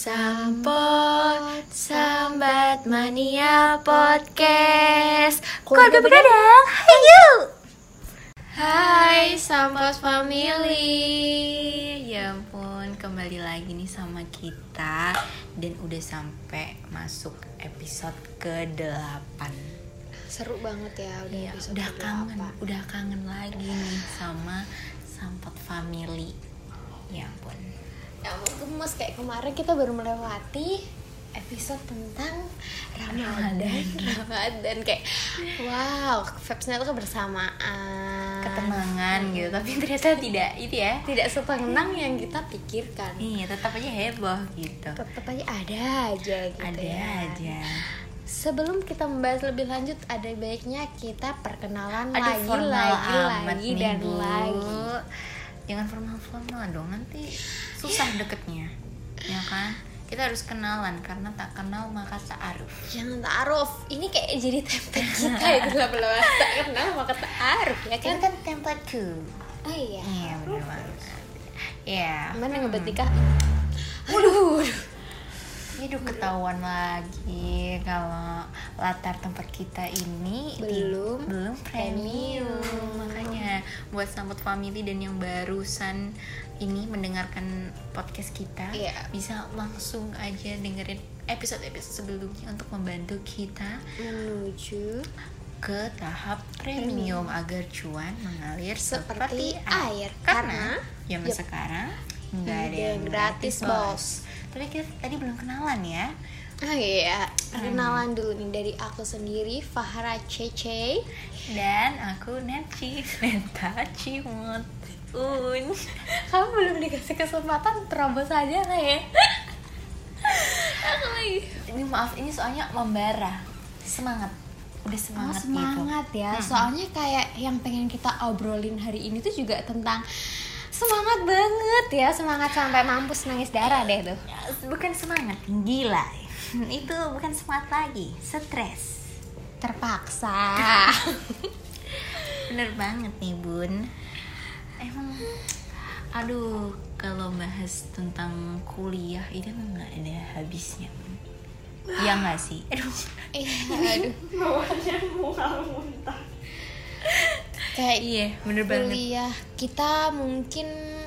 Sampot, Sambat Mania Podcast. Keluarga begadang, hayu. Hai Sampot Family. Ya ampun, kembali lagi nih sama kita. Dan udah sampai masuk episode ke-8. Seru banget ya udah kangen lagi nih sama Sampot Family. Ya ampun. Ya ampun, gemes kayak kemarin kita baru melewati episode tentang Ramadan kayak wow, vibes-nya tuh kebersamaan, ketenangan gitu, tapi ternyata tidak setenang yang kita pikirkan. Iya, tetap aja heboh gitu. Tetap aja ada aja gitu. Ada aja. Sebelum kita membahas lebih lanjut, ada baiknya kita perkenalan lagi dan lagi. Jangan formal dong, nanti susah deketnya, ya kan? Kita harus kenalan, karena tak kenal maka ta'aruf. Jangan ta'aruf, ini kayak jadi template kita ya, belum tak kenal maka ta'aruf ya kan? Itu kan templateku. Oh iya. Iya, bener banget. Iya. Mana ngebet nikah? Aduh. Ini ketahuan lagi kalau latar tempat kita ini belum premium. Makanya buat Sampot Family dan yang barusan ini mendengarkan podcast kita, bisa langsung aja dengerin episode-episode sebelumnya untuk membantu kita menuju ke tahap premium agar cuan mengalir seperti air. Karena zaman sekarang nggak ada yang gratis, bos. Tapi kita tadi belum kenalan ya. Oh iya, perkenalan dulu nih dari aku sendiri, Fahra Cece. Dan aku Nepci Nenta Cimut Kamu belum dikasih kesempatan, terobos aja lah ya. Ini maaf, ini soalnya membara. Semangat. Udah semangat gitu. Semangat ya, soalnya kayak yang pengen kita obrolin hari ini tuh juga tentang semangat banget ya, semangat sampai mampus nangis darah deh tuh. Bukan semangat, gila. Itu bukan semangat lagi, stres. Terpaksa. Bener banget nih Bun. Emang, aduh, kalau bahas tentang kuliah itu emang gak ada habisnya. Ya gak sih? Aduh. Bawahnya muntah. Kayak iya, bener banget. Kuliah kita mungkin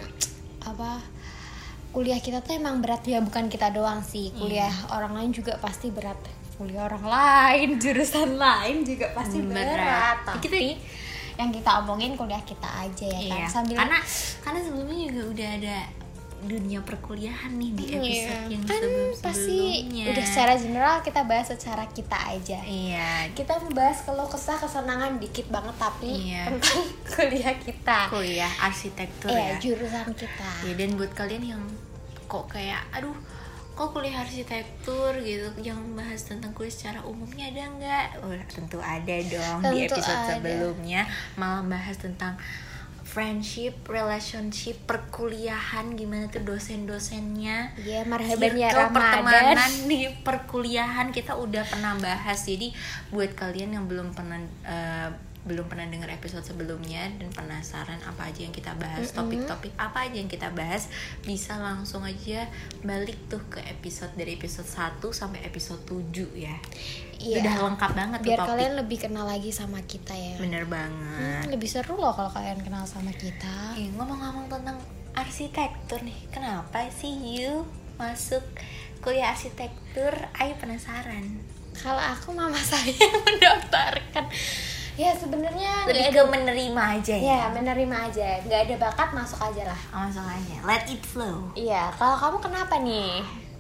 kuliah kita tuh emang berat ya, bukan kita doang sih. Kuliah orang lain juga pasti berat. Kuliah orang lain, jurusan lain juga pasti berat. Tapi yang kita omongin kuliah kita aja ya kan. Sambil karena sebelumnya juga udah ada dunia perkuliahan nih di episode yang sebelumnya. Pasti udah secara general kita bahas secara kita aja. Iya. Kita membahas keluh kesah kesenangan dikit banget, tapi tentang kuliah kita. Kuliah arsitektur ya. Jurusan kita. Ya, dan buat kalian yang kok kayak kok kuliah arsitektur gitu, yang bahas tentang kuliah secara umumnya ada nggak? Tentu ada dong. Di episode sebelumnya malah bahas tentang friendship, relationship, perkuliahan, gimana tuh dosen-dosennya. Iya, marhaban ya Ramadan. Pertemanan di perkuliahan kita udah pernah bahas. Jadi buat kalian yang belum pernah dengar episode sebelumnya dan penasaran apa aja yang kita bahas, topik-topik apa aja yang kita bahas, bisa langsung aja balik tuh ke episode dari episode 1 sampai episode 7 ya. Iya. Udah lengkap banget biar tuh topik. Kalian lebih kenal lagi sama kita ya. Bener banget. Lebih seru loh kalau kalian kenal sama kita. Ngomong-ngomong tentang arsitektur nih, kenapa sih you masuk kuliah arsitektur? Ayo penasaran. Kalau aku mama saya yang mendaftarkan. Ya sebenarnya lebih ke menerima aja ya. Ya menerima aja, nggak ada bakat masuk aja lah. Masuk aja, let it flow. Iya, kalau kamu kenapa nih?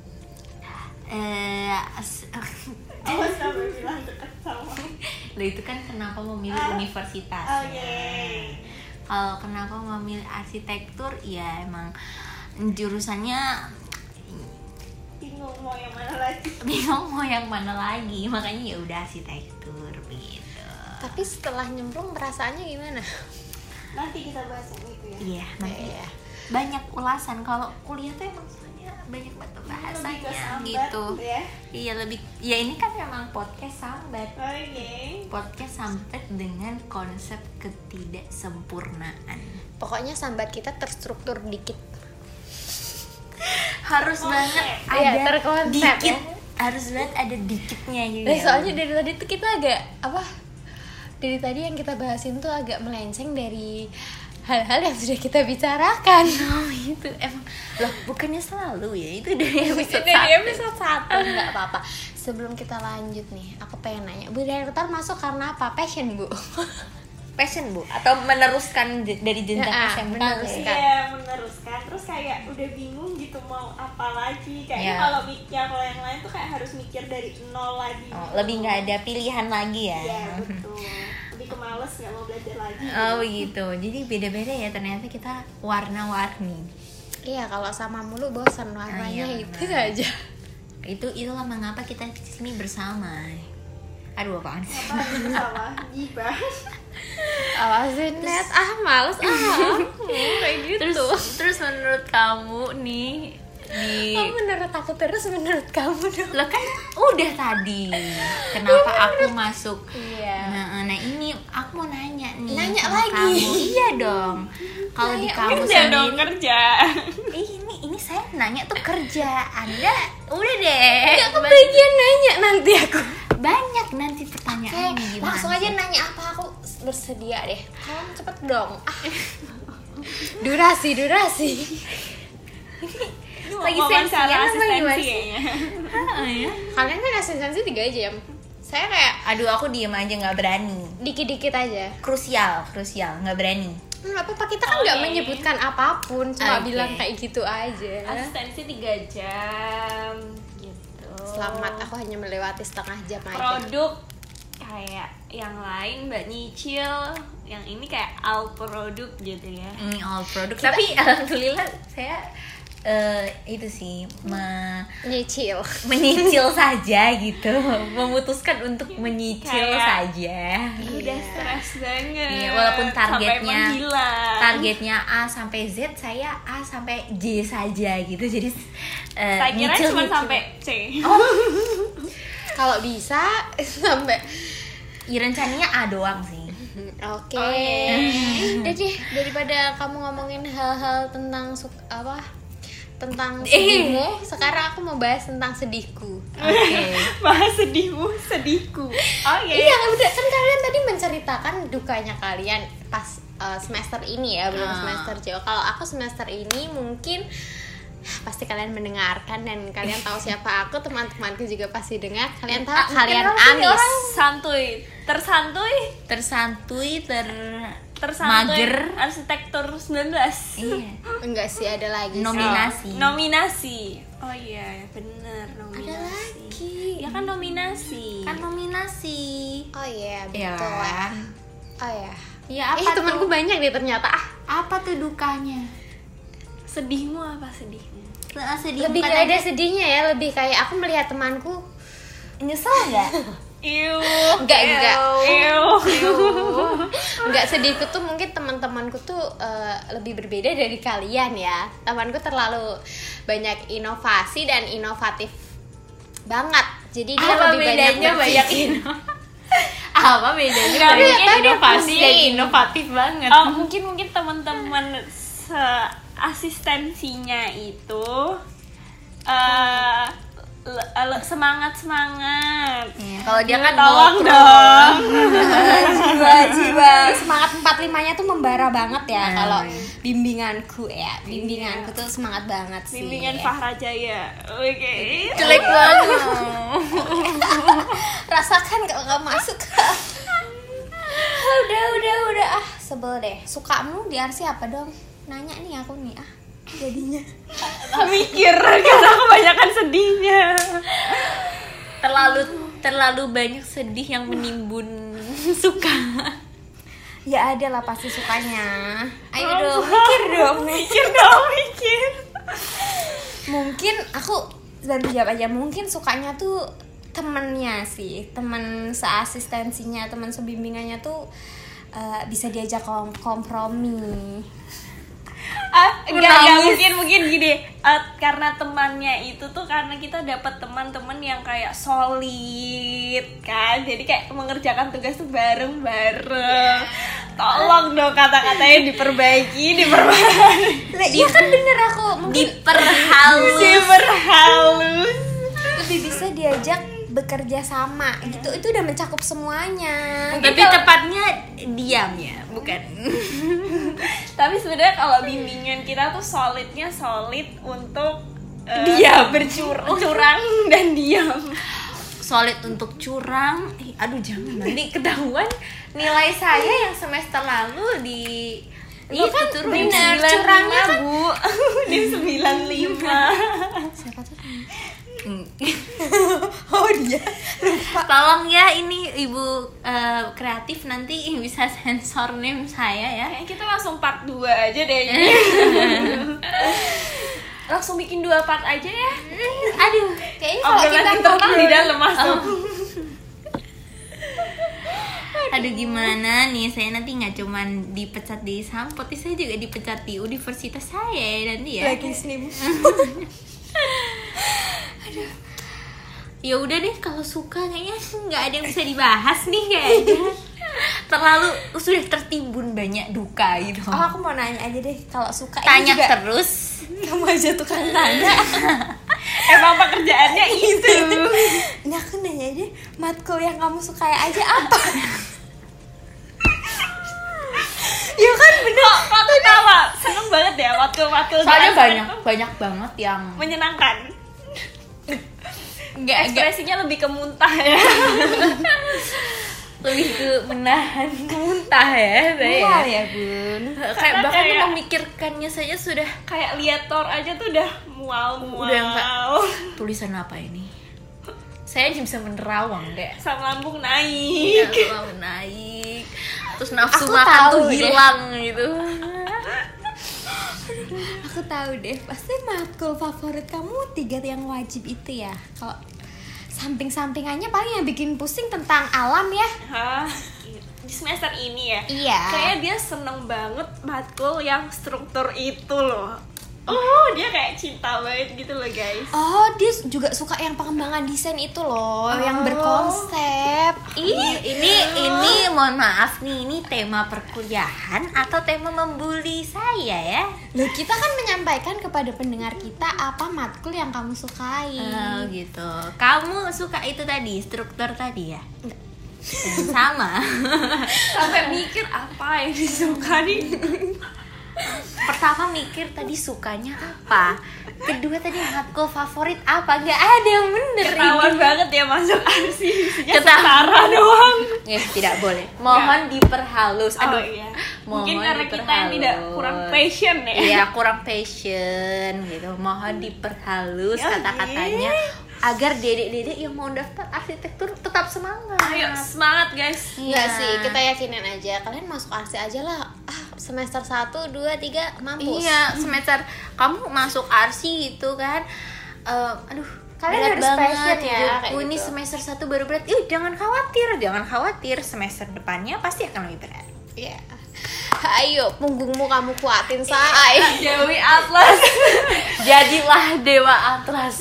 Lo itu kan kenapa memilih universitasnya. Kalau kenapa memilih arsitektur, ya emang jurusannya bingung mau yang mana lagi, makanya ya udah arsitektur gitu. Tapi setelah nyemplung perasaannya gimana? Nanti kita bahas itu ya. Iya, nanti banyak ulasan. Kalau kuliah tuh emang banyak banget bahasanya gitu. Iya, lebih. Ya ini kan memang podcast sambat. Podcast sambat dengan konsep ketidaksempurnaan. Pokoknya sambat kita terstruktur dikit. harus banget Iya, ada terkonsep dikit, ya. harus banget ada dikitnya gitu. Soalnya dari tadi tuh kita agak dari tadi yang kita bahasin tuh agak melenceng dari hal-hal yang sudah kita bicarakan. Oh itu emang loh, bukannya selalu ya, itu dari episode Dari 1. episode 1 nggak apa-apa. Sebelum kita lanjut nih, aku pengen nanya, Bu Direktur masuk karena apa? Passion, Bu? Passion, Bu, atau meneruskan dari jenjang SMA? meneruskan. Iya, meneruskan. Terus kayak udah bingung gitu mau apa lagi. Kayaknya Iya. kalau yang lain tuh kayak harus mikir dari nol lagi. Oh, lebih nggak ada pilihan lagi ya? Iya, betul. Lebih ke males, nggak mau belajar lagi. Oh begitu, jadi beda-beda ya ternyata kita warna-warni. Iya, kalau sama mulu bosan warnanya iya, itu benar. aja. Itulah mengapa kita di sini bersama. Aduh apaan sih? Apa sama gibah? Awasin net, males kayak gitu. Terus menurut kamu nih di Menurut aku terus, menurut kamu dong. lo kan udah tadi kenapa aku masuk? Iya. Nah ini aku mau nanya nih. Nanya sama lagi. kamu. Iya dong. Kalau di kamu Kerja dong, sendiri, kerja. ini saya nanya tuh kerja. Anda udah deh. Nggak kebagian nanya nanti aku. Banyak nanti pertanyaannya gimana? Langsung aja nanya apa, aku bersedia deh. Tolong cepet dong. Durasi. Lagi Wawancara sensian apa asistensi gimana sih? kayaknya. Ya. Kalian kan asistensi 3 jam. Saya kayak Aduh aku diem aja nggak berani. dikit-dikit aja. Krusial nggak berani. Nggak apa-apa, kita kan nggak Oke. menyebutkan apapun, cuma Oke. bilang kayak gitu aja. Asistensi 3 jam gitu. Selamat, aku hanya melewati setengah jam aja. Produk kayak yang lain mbak nyicil, yang ini kayak all produk gitu ya. Ini all produk. Tapi alhamdulillah saya itu sih Nyicil. menyicil saja gitu, memutuskan untuk menyicil Kayak- saja. Udah stres banget. Iya, walaupun sampai menghilang. targetnya A sampai Z, saya A sampai J saja gitu. Jadi Saya kira cuma sampai C. Kalau bisa sampai ya, rencananya A doang sih. Oke. Oke. Jadi daripada kamu ngomongin hal-hal tentang tentang sedihmu, sekarang aku mau bahas tentang sedihku. Oke. Bahas sedihku. Oh Iya, udah kan kalian tadi menceritakan dukanya kalian pas semester ini ya, belum semester jauh. Kalau aku semester ini mungkin pasti kalian mendengarkan dan kalian tahu siapa aku, teman-temanku juga pasti dengar. Kalian tahu kalian kenapa sih Anis. Santuy, tersantui, mager. arsitektur 19. Iya. Enggak sih, ada lagi. Nominasi. Nominasi. Oh iya, bener nominasi. Ada lagi. Ya kan nominasi. Kan nominasi. Oh iya, Iya. betul. Oh ya. Ya apa Temanku tuh? banyak deh ternyata. Apa tuh dukanya? Sedihmu apa sedihmu? Sedih Lebih bukan gak ada aja- sedihnya ya, lebih kayak aku melihat temanku. nyesel nggak? Iu. Enggak. Iu. Enggak, sedihku tuh mungkin teman-temanku tuh lebih berbeda dari kalian ya. Temanku terlalu banyak inovasi dan inovatif banget. Jadi dia Apa lebih bedanya banyak berpikir. Apa bedanya Nggak, banyak mungkin inovasi dan pusing. inovatif banget? Oh, mungkin teman-teman asistensinya itu semangat. Iya, kalau dia kan tolong ngotro. dong. Jiwa semangat 45-nya tuh membara banget ya kalau bimbinganku ya. Bimbinganku tuh semangat banget sih. Bimbingan Fahrajaya. Oke. Jelek banget. Rasakan kalau nggak masuk. udah sebel deh. Sukamu di Arsi apa dong? Nanya nih aku nih jadinya. Mikir karena kebanyakan sedihnya. Terlalu banyak sedih yang menimbun suka. Ya ada lah pasti sukanya. Ayo Oh, dong, mikir dong. mikir. Mungkin aku bantu jawab aja. Mungkin sukanya tuh temennya sih, temen seasistensinya, temen sebimbingannya tuh bisa diajak kompromi. Enggak mungkin gini. Karena temannya itu tuh karena kita dapat teman-teman yang kayak solid kan, jadi kayak mengerjakan tugas tuh bareng-bareng. Tolong dong kata-katanya diperbaiki. Iya kan bener, aku mungkin diperhalus. lebih bisa diajak bekerja sama gitu, itu udah mencakup semuanya. Tapi tepatnya diam ya, bukan. Tapi sebenarnya kalau bimbingan kita tuh solidnya solid untuk Diam. curang dan diam. Solid untuk curang. Aduh jangan, nanti ketahuan nilai saya yang semester lalu di Iya kan, turun bener, 95, curangnya kan. Bu. Di 95. Siapa tuh? Oh dia. Tolong ya ini ibu kreatif nanti bisa sensor name saya ya. Kayaknya kita langsung part 2 aja deh. Langsung bikin 2 part aja ya. Aduh, kayaknya kalau kita total di dalam masuk. Aduh gimana nih, saya nanti nggak cuman dipecat di Sampot, saya juga dipecat di universitas saya nanti ya. lagi slim. Ya udah deh, kalau suka kayaknya nggak ada yang bisa dibahas nih kayaknya. Terlalu sudah tertimbun banyak duka gitu. Oh, aku mau nanya aja deh, kalau suka Tanya ini juga terus. kamu aja tukang nanya. Emang pekerjaannya itu. Nah, aku nanya aja, matkul yang kamu sukai aja apa? Ya kan bener. Kok ketawa? Seneng banget ya matkul-matkul. Soalnya banyak banget yang menyenangkan. enggak Ekspresinya lebih ke muntah ya. lebih ke menahan muntah ya saya. Mual ya, Bun. Kayak bahkan tuh kayak- memikirkannya saja sudah Kayak lihat Thor aja tuh udah mual-mual. Udah enggak. Tulisan apa ini? Saya bisa menerawang deh. Asam lambung naik. Ya, naik. Terus nafsu Aku makan tahu tuh deh. hilang gitu. Aku tahu deh, pasti matkul favorit kamu 3 yang wajib itu ya. Kalau samping-sampingannya paling yang bikin pusing tentang alam ya. Hah? Di semester ini ya? Iya. Kayak dia seneng banget matkul yang struktur itu loh. Oh, dia kayak cinta banget gitu loh guys. Oh, dia juga suka yang pengembangan desain itu loh, yang berkonsep. Ini mohon maaf nih, ini tema perkuliahan atau tema membuli saya ya? Loh, kita kan menyampaikan kepada pendengar kita apa matkul yang kamu sukai. Oh gitu. Kamu suka itu tadi, struktur tadi ya? Sama. Sampai mikir apa yang disuka nih. Pertama mikir tadi sukanya apa, kedua tadi matkul favorit apa, nggak ada yang bener Ketahuan ini. banget ya masuk arsi. Isinya Ketahuan. setara doang. Tidak boleh. Mohon diperhalus. Oh Aduh. iya. Mohon Mungkin karena kita yang tidak kurang passion ya. Iya, kurang passion gitu. Mohon diperhalus Ya, kata-katanya agar dedek-dedek yang mau daftar arsitektur tetap semangat. Ayo semangat guys. Enggak sih, kita yakinin aja. Kalian masuk arsi aja lah. Semester 1, 2, 3 mampus. Iya, semester kamu masuk arsi itu kan. Aduh, Kalian berat harus banget passion ya, hidupku kayak ini gitu. semester 1 baru berat. Jangan khawatir. Semester depannya pasti akan lebih berat. Iya. Ayo, punggungmu kamu kuatin, say. Dewi Atlas. Jadilah dewa Atlas.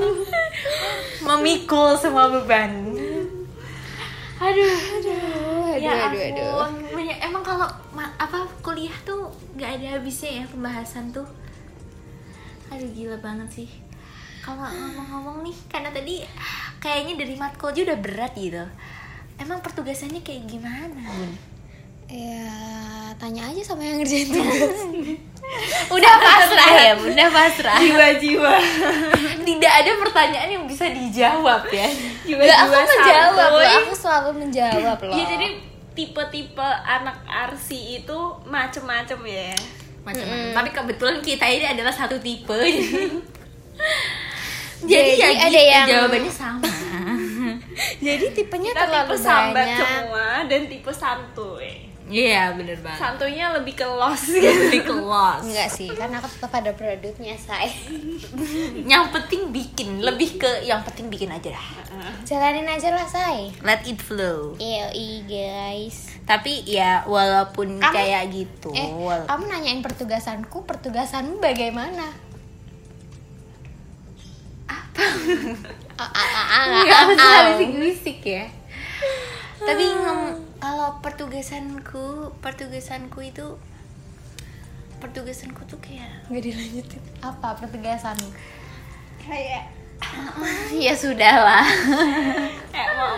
Memikul semua beban. Aduh. Ya ampun. Emang kalau kuliah tuh nggak ada habisnya ya pembahasan tuh. Aduh gila banget sih. Kalau ngomong-ngomong nih, karena tadi kayaknya dari matkul aja udah berat gitu. Emang pertugasannya kayak gimana, Bun? Ya, tanya aja sama yang ngerjain tugas. Udah pasrah. Jiwa-jiwa. Tidak ada pertanyaan yang bisa dijawab ya. Enggak, aku menjawab santuy. loh. Aku selalu menjawab loh. Ya jadi tipe-tipe anak arsi itu macem-macem ya. Macam-macam. Tapi kebetulan kita ini adalah satu tipe. Jadi ya ada gitu, yang- jawabannya sama. Jadi tipenya Kita terlalu tipe sambat banyak. semua dan tipe santuy. Iya, bener banget. Santuйnya lebih ke los Lebih kelas. Enggak sih, kan aku tetap ada produknya, say. Yang penting bikin, lebih ke yang penting bikin aja lah. Jalanin aja lah, say. Let it flow. Yoi, guys. Tapi ya walaupun Kamu- kayak gitu, Kamu nanyain pertugasanmu bagaimana? Apa? nggak usah bisik-bisik ya. Tapi kalau Kalau pertugasanku tuh kayak nggak dilanjutin. Apa pertugasan? Kayak ya sudahlah. kayak mau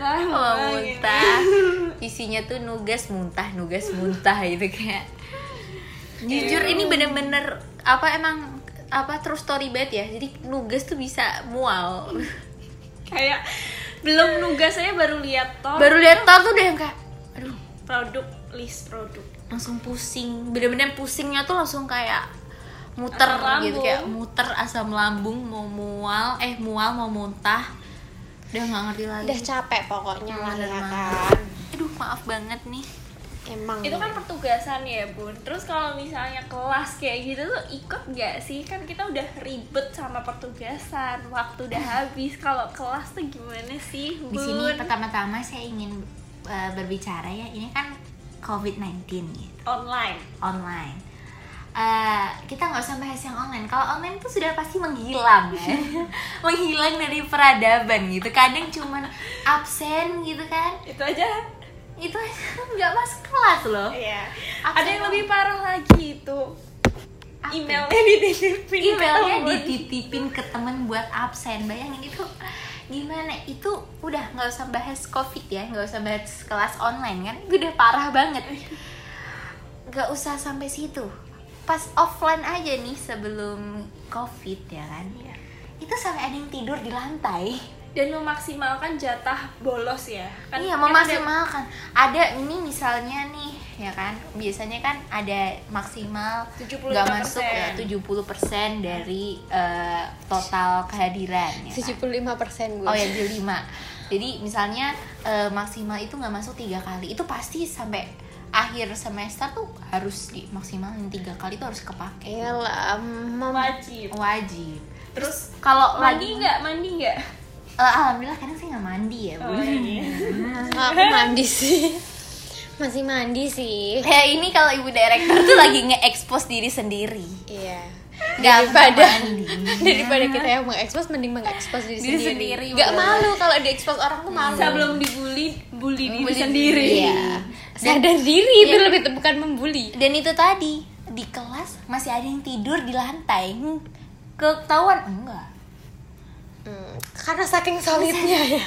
muntah. Isinya tuh nugas muntah gitu kayak. Jujur ini bener-bener emang true story banget ya. Jadi nugas tuh bisa mual. kayak belum nugas saya baru lihat tor tuh udah yang kayak aduh, list produk langsung pusing. Bener-bener pusingnya tuh langsung kayak muter asam gitu, lambung. kayak muter asam lambung, mau mual mau muntah. Udah nggak ngerti lagi. Udah capek pokoknya lah Bener ya banget. kan. Aduh maaf banget nih. Emang itu kan pertugasan ya bun. Terus kalau misalnya kelas kayak gitu tuh ikut gak sih? Kan kita udah ribet sama pertugasan, waktu udah habis. Kalau kelas tuh gimana sih bun? Di sini pertama-tama saya ingin berbicara ya, ini kan COVID-19 gitu. Online. Kita nggak usah bahas yang online. Kalau online tuh sudah pasti menghilang ya. Menghilang dari peradaban gitu. Kadang cuman absen gitu kan. Itu aja Nggak masuk kelas loh. Iya. Absen Ada yang dong. lebih parah lagi itu. Apa? Emailnya dititipin. Emailnya dititipin ke temen buat absen. Bayangin itu gimana? Itu udah nggak usah bahas COVID ya, nggak usah bahas kelas online kan. Itu udah parah banget. Nggak usah sampai situ. Pas offline aja nih sebelum COVID ya kan. Iya. Itu sampai ada yang tidur di lantai. Dan memaksimalkan jatah bolos ya. Kan Iya, kan memaksimalkan. Ada ini misalnya nih, ya kan. Biasanya kan ada maksimal 75%. nggak masuk ya 70% dari total kehadiran ya kan? 75% gue. Oh ya, 5. Jadi misalnya maksimal itu nggak masuk 3 kali. Itu pasti sampai akhir semester tuh harus dimaksimalin 3 kali, itu harus kepake. Iyalah, wajib. Terus kalau Mandi lagi nggak? alhamdulillah kadang saya nggak mandi ya Bu. aku mandi sih. Masih mandi sih. Ya ini kalau ibu direktur tuh lagi nge-expose diri sendiri. Iya. Nggak mandi. Daripada kita yang mengekspos, mending mengekspos diri Diri sendiri. sendiri, Gak bener. malu kalau diekspos orang tuh malu. Sebelum bully diri Bully sendiri. Iya. Sadar diri itu lebih bukan membuli. Dan itu tadi di kelas masih ada yang tidur di lantai. Ketahuan enggak? Karena saking solidnya ya.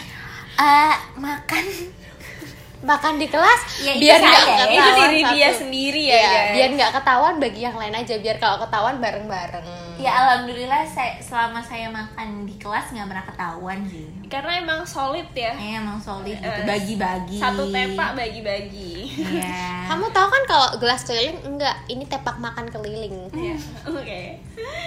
Makan di kelas Ya, itu biar nggak saya. ketahuan Itu diri satu. dia sendiri ya, Iya, guys. biar nggak ketahuan bagi yang lain aja, biar kalau ketahuan bareng-bareng. Ya alhamdulillah selama saya makan di kelas nggak pernah ketahuan sih. Karena emang solid ya. Emang solid gitu, bagi-bagi. Satu tepak bagi-bagi. Iya. Kamu tahu kan kalau gelas keliling enggak, ini tepak makan keliling. Iya. Oke.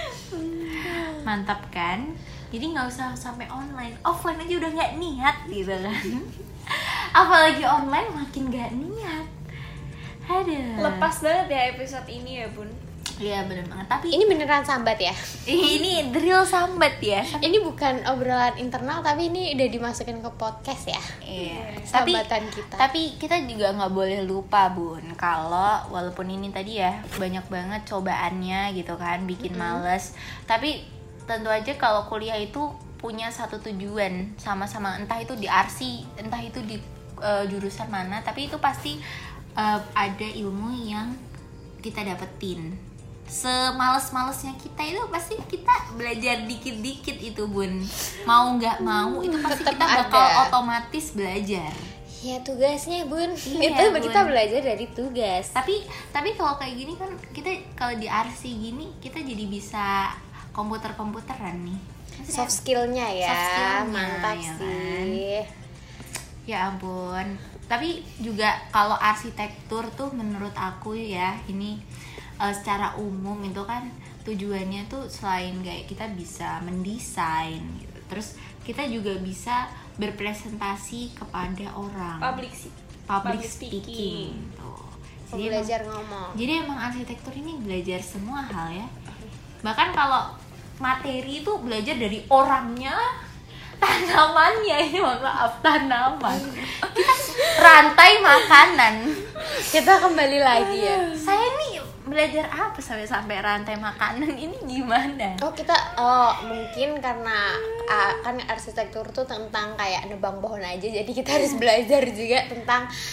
Mantap kan? Jadi nggak usah sampai online, offline aja udah nggak niat gitu kan. Apalagi online makin nggak niat. Aduh. Lepas banget ya episode ini ya bun. Iya bener banget. Tapi Ini beneran sambat ya. ini drill sambat ya. Ini bukan obrolan internal, tapi ini udah dimasukin ke podcast ya. Iya. Sambatan kita. Tapi kita juga nggak boleh lupa Bun, kalau walaupun ini tadi ya banyak banget cobaannya gitu kan, bikin males. Tapi tentu aja kalau kuliah itu punya satu tujuan sama-sama, entah itu di RC, entah itu di jurusan mana, tapi itu pasti ada ilmu yang kita dapetin. Semales-malesnya kita itu pasti kita belajar dikit-dikit itu Bun. Mau nggak mau itu pasti Tetep kita bakal ada. otomatis belajar. Ya tugasnya bun. Iya, Itu Bun. kita belajar dari tugas. Tapi kalau kayak gini kan kita kalau di RC gini kita jadi bisa komputeran nih. Soft skillnya ya. Soft skillnya, Mantap ya kan? sih. Ya ampun. Tapi juga kalau arsitektur tuh menurut aku ya ini secara umum itu kan tujuannya tuh selain kayak kita bisa mendesain gitu. Terus kita juga bisa berpresentasi kepada orang. Public speaking. Tuh. Jadi Belajar ngomong. Jadi emang arsitektur ini belajar semua hal ya. Bahkan kalau materi itu belajar dari orangnya, tanamannya, ini maaf tanaman. Kita rantai makanan. Kita kembali lagi ya. Saya nih belajar apa sampai rantai makanan ini gimana? Mungkin karena kan arsitektur tuh tentang kayak nebang pohon aja, jadi kita harus belajar juga tentang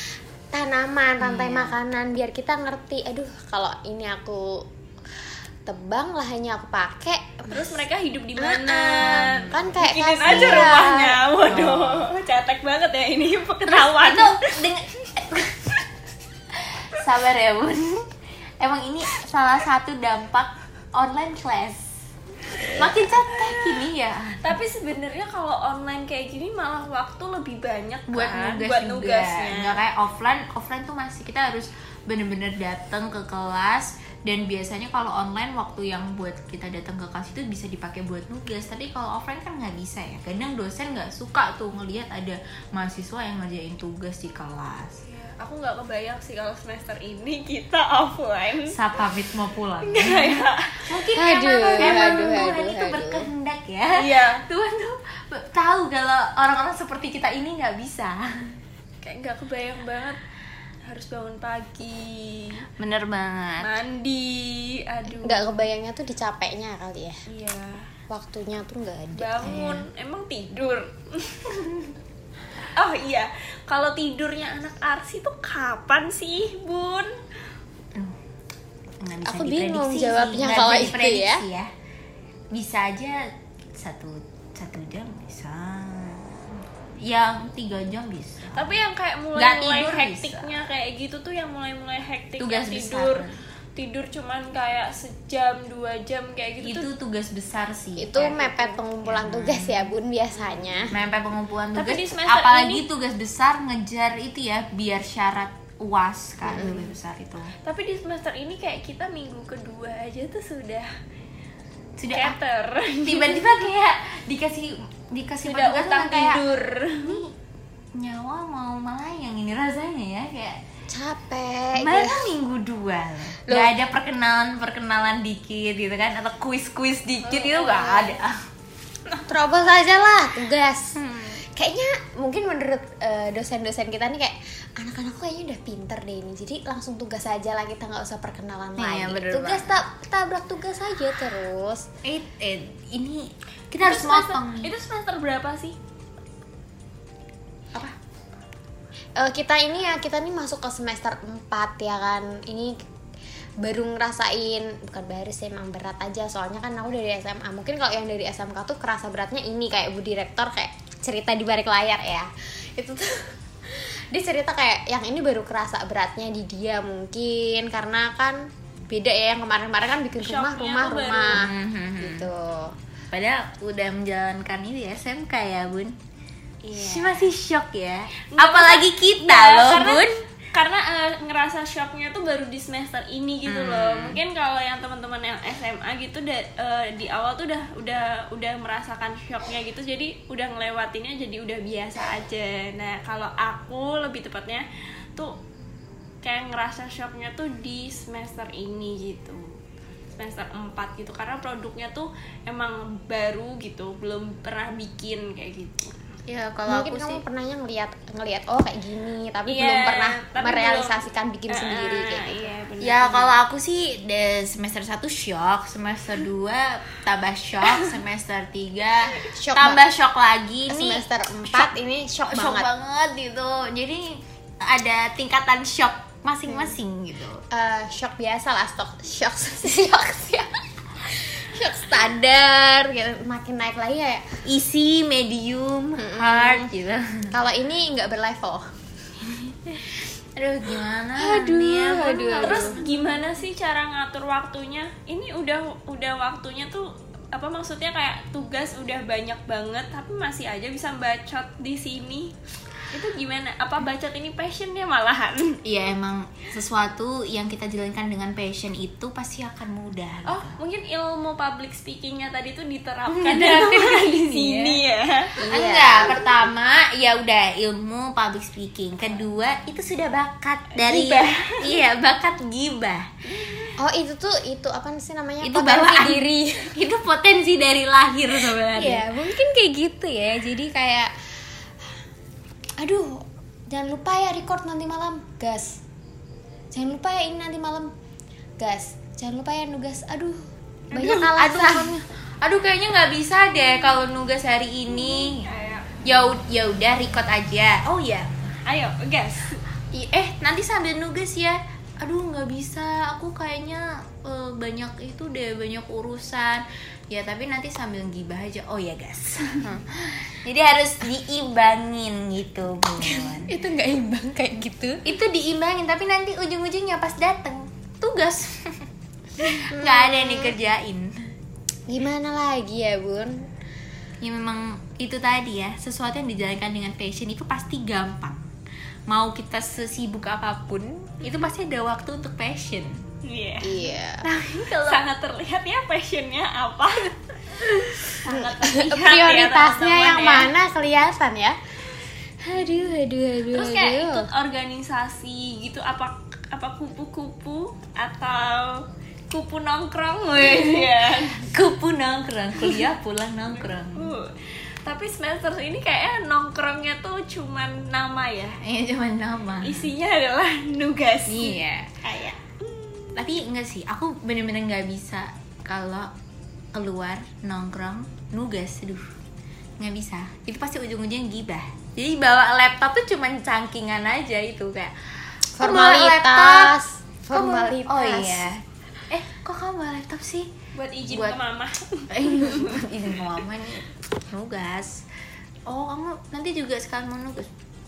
tanaman, rantai makanan, biar kita ngerti, aduh kalau ini aku tebang, lahannya aku pakai, terus mereka hidup di mana? Kan kayak bikinin aja rumahnya. Waduh, cetek banget ya ini ketahuan. Itu sabar ya Bun. Emang ini salah satu dampak online class. Makin cetek ini ya. Tapi sebenarnya kalau online kayak gini malah waktu lebih banyak buat kan? nugas Buat juga. nugasnya. Nggak kayak offline tuh masih kita harus bener-bener datang ke kelas, dan biasanya kalau online waktu yang buat kita datang ke kelas itu bisa dipakai buat nugas. Tapi kalau offline kan nggak bisa ya. Kadang dosen nggak suka tuh ngelihat ada mahasiswa yang ngerjain tugas di kelas. Aku nggak kebayang sih kalau semester ini kita offline. Saat pamit mau pulang. Kayak Mungkin Aduh, emang aduh, Tuhan aduh, itu aduh. berkehendak ya. Iya. Tuhan tuh tahu kalau orang-orang seperti kita ini nggak bisa. kayak nggak kebayang banget harus bangun pagi, Bener banget. mandi, aduh. nggak kebayangnya tuh dicapeknya kali ya, Iya. waktunya tuh nggak ada. Bangun, emang tidur. Oh iya, kalau tidurnya anak Arsi tuh kapan sih, Bun? Nggak bisa Aku bingung diprediksi jawabnya sih. Nggak kalau bisa itu diprediksi ya. Bisa aja satu jam bisa, yang 3 jam bisa. Tapi yang kayak Nggak mulai tidur hektiknya kayak gitu tuh yang mulai hektiknya Tugas tidur cuman kayak sejam 2 jam kayak gitu Itu tuh. tugas besar sih. Itu mepet pengumpulan tugas ya Bun biasanya. Mepet pengumpulan Tapi di tugas, semester apalagi ini- tugas besar ngejar itu ya, biar syarat UAS kan lebih besar itu. Tapi di semester ini kayak kita minggu kedua aja tuh sudah Sudah cater. tiba-tiba kayak dikasih Sudah petugas utang yang kayak tidur. nih nyawa mau melayang ini rasanya ya, kayak Capek. mana minggu 2 loh. Gak ada perkenalan dikit gitu kan, atau kuis dikit itu gak ada. Terobos aja lah tugas. Kayaknya mungkin menurut dosen-dosen kita nih kayak anak-anakku kayaknya udah pinter deh ini, jadi langsung tugas aja lah, kita nggak usah perkenalan Iya, lagi. bener Tugas tabrak tugas aja terus. Ini kita harus motong nih. Itu semester berapa sih? Apa? Kita nih masuk ke semester 4 ya kan. Ini baru ngerasain, bukan baru sih, emang berat aja soalnya kan aku dari SMA. Mungkin kalau yang dari SMK tuh kerasa beratnya ini, kayak Bu Direktur kayak cerita di balik layar ya. Itu tuh dia cerita kayak yang ini baru kerasa beratnya di dia, mungkin karena kan beda ya, yang kemarin-kemarin kan bikin Shocknya rumah tuh gitu. Padahal udah menjalankan ini ya, SMK ya Bun. Iya. Masih shock ya. Nggak, Apalagi kita Nggak, loh karena- Bun. Karena ngerasa shocknya tuh baru di semester ini gitu loh. Mungkin kalau yang teman-teman yang SMA gitu di awal tuh udah merasakan shocknya gitu, jadi udah ngelewatinnya jadi udah biasa aja. Nah kalau aku lebih tepatnya tuh kayak ngerasa shocknya tuh di semester ini gitu, semester 4 gitu, karena produknya tuh emang baru gitu, belum pernah bikin kayak gitu. Ya kalau Mungkin aku kamu sih pernahnya ngelihat oh kayak gini, tapi Iya, belum pernah tapi merealisasikan bikin sendiri kayak gitu. Iya, bener. ya kalau aku sih semester 1 shock, semester 2 tambah shock, semester 3 Shock tambah shock lagi nih. Semester 4 ini shock banget. gitu. Jadi ada tingkatan shock masing-masing gitu. Shock biasa lah, shock standar gitu. Makin naik lagi ya. Easy, medium, hard gitu. Kalau ini nggak berlevel. Aduh gimana? Aduh, nih ya, Bun? aduh. Terus gimana sih cara ngatur waktunya? Ini udah waktunya tuh apa, maksudnya kayak tugas udah banyak banget tapi masih aja bisa bacot di sini. Itu gimana? Apa bacot ini passionnya malahan? Iya, emang sesuatu yang kita jalankan dengan passion itu pasti akan mudah. Oh, gitu. mungkin ilmu public speakingnya tadi tuh diterapkan di sini ya. Enggak, pertama ya udah ilmu public speaking. Kedua itu sudah bakat dari iya, bakat gibah. Oh itu apa sih namanya? Itu Potensi bawaan diri. Itu potensi dari lahir sebenarnya. Iya, mungkin kayak gitu ya. Jadi kayak aduh, jangan lupa ya record nanti malam, gas. Jangan lupa ya ini nanti malam, gas. Jangan lupa ya nugas. Aduh, banyak alasan. Aduh kayaknya nggak bisa deh kalau nugas hari ini. Ya udah record aja. Oh ya, Ayo, gas. nanti sambil nugas ya. Aduh nggak bisa, aku kayaknya banyak urusan. Ya tapi nanti sambil gibah aja. Oh ya guys. Jadi harus diimbangin gitu Bun. Itu nggak imbang kayak gitu. Itu diimbangin, tapi nanti ujung-ujungnya pas dateng tugas nggak ada yang dikerjain. Gimana lagi ya Bun? Ya memang itu tadi ya, sesuatu yang dijalankan dengan passion itu pasti gampang. Mau kita sesibuk apapun, itu pasti ada waktu untuk passion. Iya. Tapi kalau Sangat terlihat ya passionnya apa. Sangat terlihat Prioritasnya ya, yang teman-teman mana kelihatan ya. Aduh. Terus kayak ikut organisasi gitu, apa kupu-kupu atau kupu nongkrong ya. kupu nongkrong, kuliah pulang nongkrong. Tapi semester ini kayaknya nongkrongnya tuh cuman nama ya. Iya cuma nama. Isinya adalah nugas. Iya. Kayak Tapi enggak sih, aku bener-bener nggak bisa kalau keluar nongkrong nugas, nggak bisa. Itu pasti ujung-ujungnya gibah. Jadi bawa laptop tuh cuman cangkingan aja itu kayak Formalitas. Oh iya. Kok kamu bawa laptop sih? buat izin Buat- ke mama. Izin ke mama nih nugas. Oh kamu nanti juga sekarang mau nugas?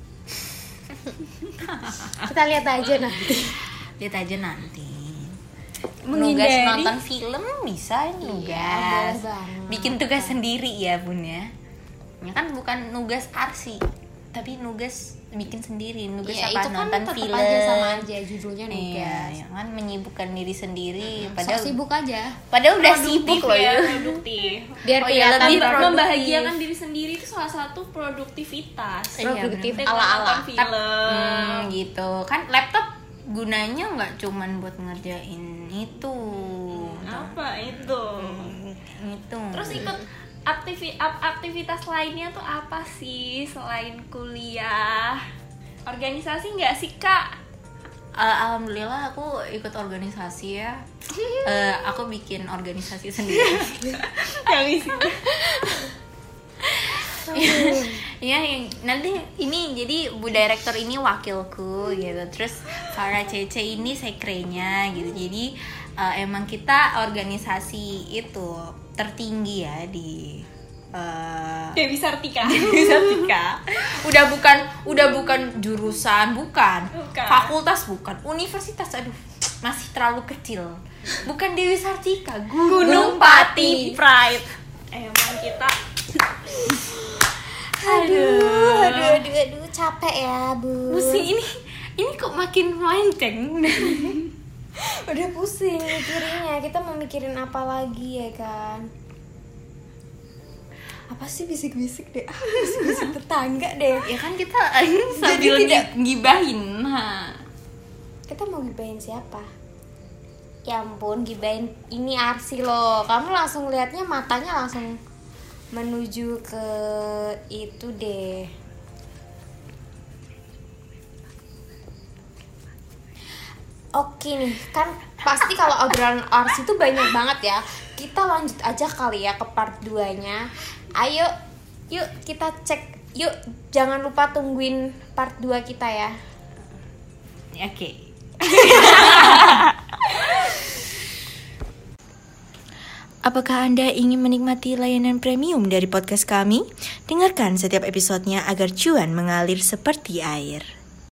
Kita lihat aja nanti. Lihat aja nanti. Menghindari. Nugas nonton film bisa nugas. boleh banget. Bikin tugas sendiri ya Bun ya. Ya kan bukan nugas arsi, tapi nugas bikin sendiri. Nugas Ya, apa itu kan nonton tetap film. aja sama aja judulnya Iya, nugas. ya kan menyibukkan diri sendiri. Sok Padahal sibuk aja. Padahal udah Produktif sibuk loh ya. produktif. Biar Oh iya, kelihatan lebih produktif. Membahagiakan diri sendiri itu salah satu produktivitas. Iya, Produktif Dengan ala-ala. nonton film. Gitu kan laptop gunanya nggak cuman buat ngerjain itu. Apa itu? Itu. Terus ikut aktivitas lainnya tuh apa sih selain kuliah? Organisasi nggak sih Kak? Alhamdulillah aku ikut organisasi ya. Aku bikin organisasi sendiri. Yang isinya Ya, yang nanti ini jadi Bu Direktur ini wakilku gitu. Terus para Cece ini sekrenya gitu. Jadi emang kita organisasi itu tertinggi ya di Dewi Sartika. Sartika. Udah bukan jurusan, bukan. Fakultas bukan, universitas. Aduh, masih terlalu kecil. Bukan Dewi Sartika, Gunung Pati Pride. Emang kita Aduh, capek ya, Bu. pusing ini kok makin melenceng. Udah pusing mikirinnya. Kita mau mikirin apa lagi ya kan? Apa sih bisik-bisik deh? Bisik-bisik tetangga deh. Ya kan kita sambil gibahin. Nah, Kita mau gibahin siapa? Ya ampun, gibahin ini Arsi loh. Kamu langsung liatnya matanya langsung menuju ke itu deh. Oke nih, kan pasti kalau obrolan Arsi itu banyak banget ya. Kita lanjut aja kali ya ke part 2-nya. Ayo, yuk kita cek. Yuk, jangan lupa tungguin part 2 kita ya. oke. Apakah Anda ingin menikmati layanan premium dari podcast kami? Dengarkan setiap episodenya agar cuan mengalir seperti air.